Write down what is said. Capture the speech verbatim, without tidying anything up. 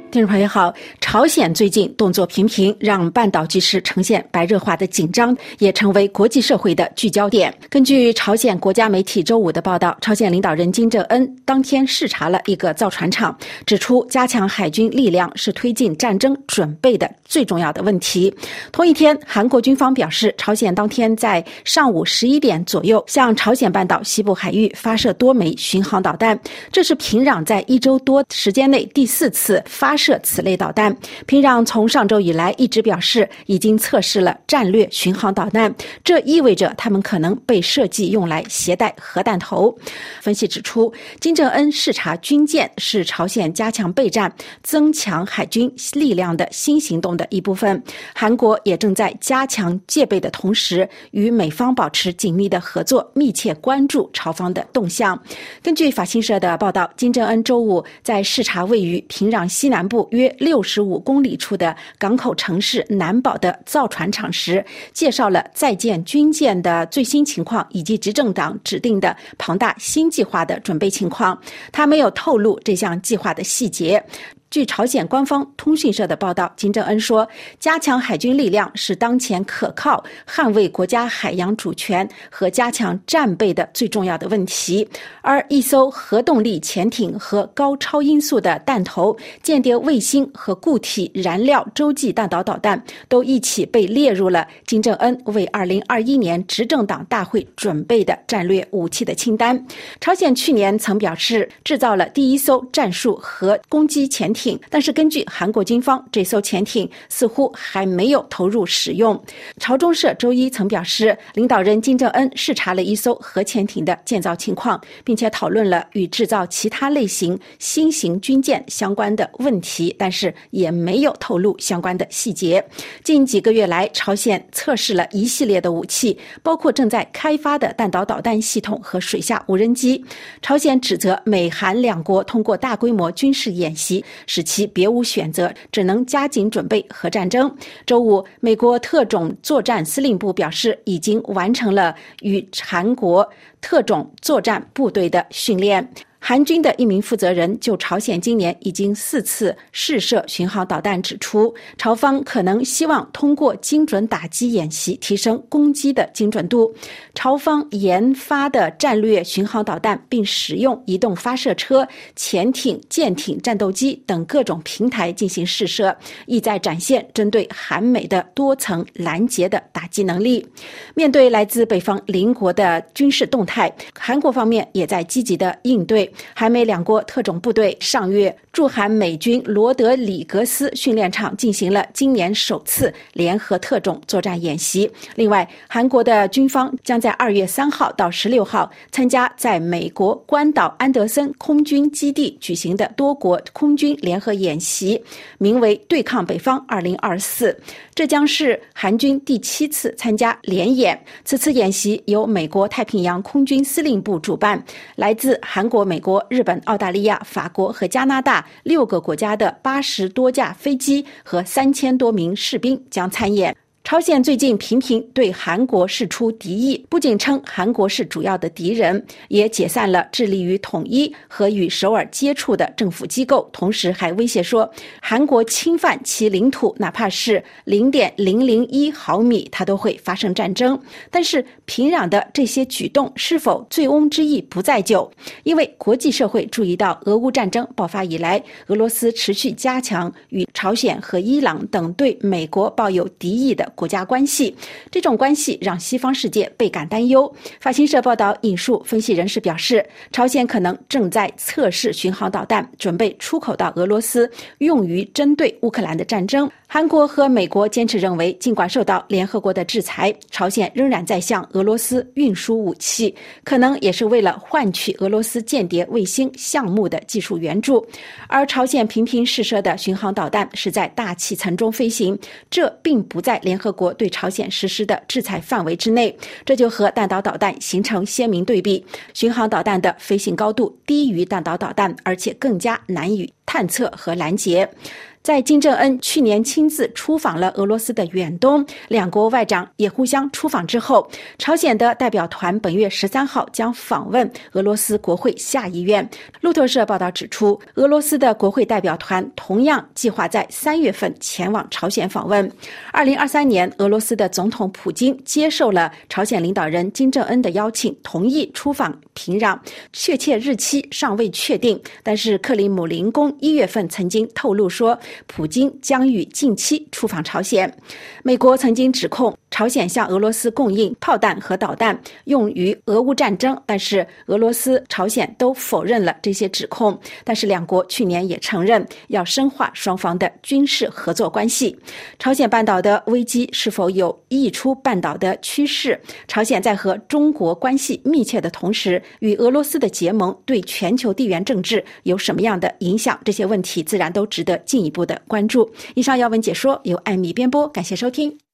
听众朋友好，朝鲜最近动作频频，让半岛局势呈现白热化的紧张，也成为国际社会的聚焦点。根据朝鲜国家媒体周五的报道，朝鲜领导人金正恩当天视察了一个造船厂，指出加强海军力量是推进战争准备的最重要的问题。同一天，韩国军方表示，朝鲜当天在上午十一点左右向朝鲜半岛西部海域发射多枚巡航导弹，这是平壤在一周多时间内第四次发射此类导弹。平壤从上周以来一直表示已经测试了战略巡航导弹，这意味着它们可能被设计用来携带核弹头。分析指出，金正恩视察军舰是朝鲜加强备战、增强海军力量的新行动的一部分。韩国也正在加强戒备的同时，与美方保持紧密的合作，密切关注朝方的动向。根据法新社的报道，金正恩周五在视察位于平壤西南部约六十五公里处的港口城市南堡的造船厂时，介绍了在建军舰的最新情况以及执政党指定的庞大新计划的准备情况。他没有透露这项计划的细节。据朝鲜官方通讯社的报道，金正恩说，加强海军力量是当前可靠捍卫国家海洋主权和加强战备的最重要的问题。而一艘核动力潜艇和高超音速的弹头、间谍卫星和固体燃料洲际弹道导弹都一起被列入了金正恩为二零二一年执政党大会准备的战略武器的清单。朝鲜去年曾表示制造了第一艘战术核攻击潜艇，但是根据韩国军方，这艘潜艇似乎还没有投入使用。朝中社周一曾表示，领导人金正恩视察了一艘核潜艇的建造情况，并且讨论了与制造其他类型新型军舰相关的问题，但是也没有透露相关的细节。近几个月来，朝鲜测试了一系列的武器，包括正在开发的弹道导弹系统和水下无人机。朝鲜指责美韩两国通过大规模军事演习使其别无选择，只能加紧准备核战争。周五，美国特种作战司令部表示，已经完成了与韩国特种作战部队的训练。韩军的一名负责人就朝鲜今年已经四次试射巡航导弹指出，朝方可能希望通过精准打击演习提升攻击的精准度。朝方研发的战略巡航导弹并使用移动发射车、潜艇、舰艇、战斗机等各种平台进行试射，意在展现针对韩美的多层拦截的打击能力。面对来自北方邻国的军事动态，韩国方面也在积极的应对。韩美两国特种部队上月驻韩美军罗德里格斯训练场进行了今年首次联合特种作战演习。另外，韩国的军方将在二月三号到十六号参加在美国关岛安德森空军基地举行的多国空军联合演习，名为对抗北方二零二四。这将是韩军第七次参加联演。此次演习由美国太平洋空军司令部主办，来自韩国、美国、日本、澳大利亚、法国和加拿大六个国家的八十多架飞机和三千多名士兵将参演。朝鲜最近频频对韩国释出敌意，不仅称韩国是主要的敌人，也解散了致力于统一和与首尔接触的政府机构，同时还威胁说，韩国侵犯其领土哪怕是 零点零零一毫米，它都会发生战争。但是平壤的这些举动是否醉翁之意不在酒？因为国际社会注意到俄乌战争爆发以来，俄罗斯持续加强与朝鲜和伊朗等对美国抱有敌意的国家关系，这种关系让西方世界倍感担忧。法新社报道引述分析人士表示，朝鲜可能正在测试巡航导弹，准备出口到俄罗斯，用于针对乌克兰的战争。韩国和美国坚持认为，尽管受到联合国的制裁，朝鲜仍然在向俄罗斯运输武器，可能也是为了换取俄罗斯间谍卫星项目的技术援助。而朝鲜频频试射的巡航导弹是在大气层中飞行，这并不在联合国对朝鲜实施的制裁范围之内，这就和弹道导弹形成鲜明对比。巡航导弹的飞行高度低于弹道导弹，而且更加难以探测和拦截。 在金正恩去年亲自出访了俄罗斯的远东，两国外长也互相出访之后，朝鲜的代表团本月十三号将访问俄罗斯国会下议院。路透社报道指出，俄罗斯的国会代表团同样计划在三月份前往朝鲜访问。二零二三年，俄罗斯的总统普京接受了朝鲜领导人金正恩的邀请，同意出访平壤，确切日期尚未确定，但是克里姆林宫一月份曾经透露说，普京将于近期出访朝鲜。美国曾经指控朝鲜向俄罗斯供应炮弹和导弹用于俄乌战争，但是俄罗斯、朝鲜都否认了这些指控。但是两国去年也承认要深化双方的军事合作关系。朝鲜半岛的危机是否有溢出半岛的趋势？朝鲜在和中国关系密切的同时，与俄罗斯的结盟对全球地缘政治有什么样的影响？这些问题自然都值得进一步的关注。以上要闻解说由艾米编播，感谢收听。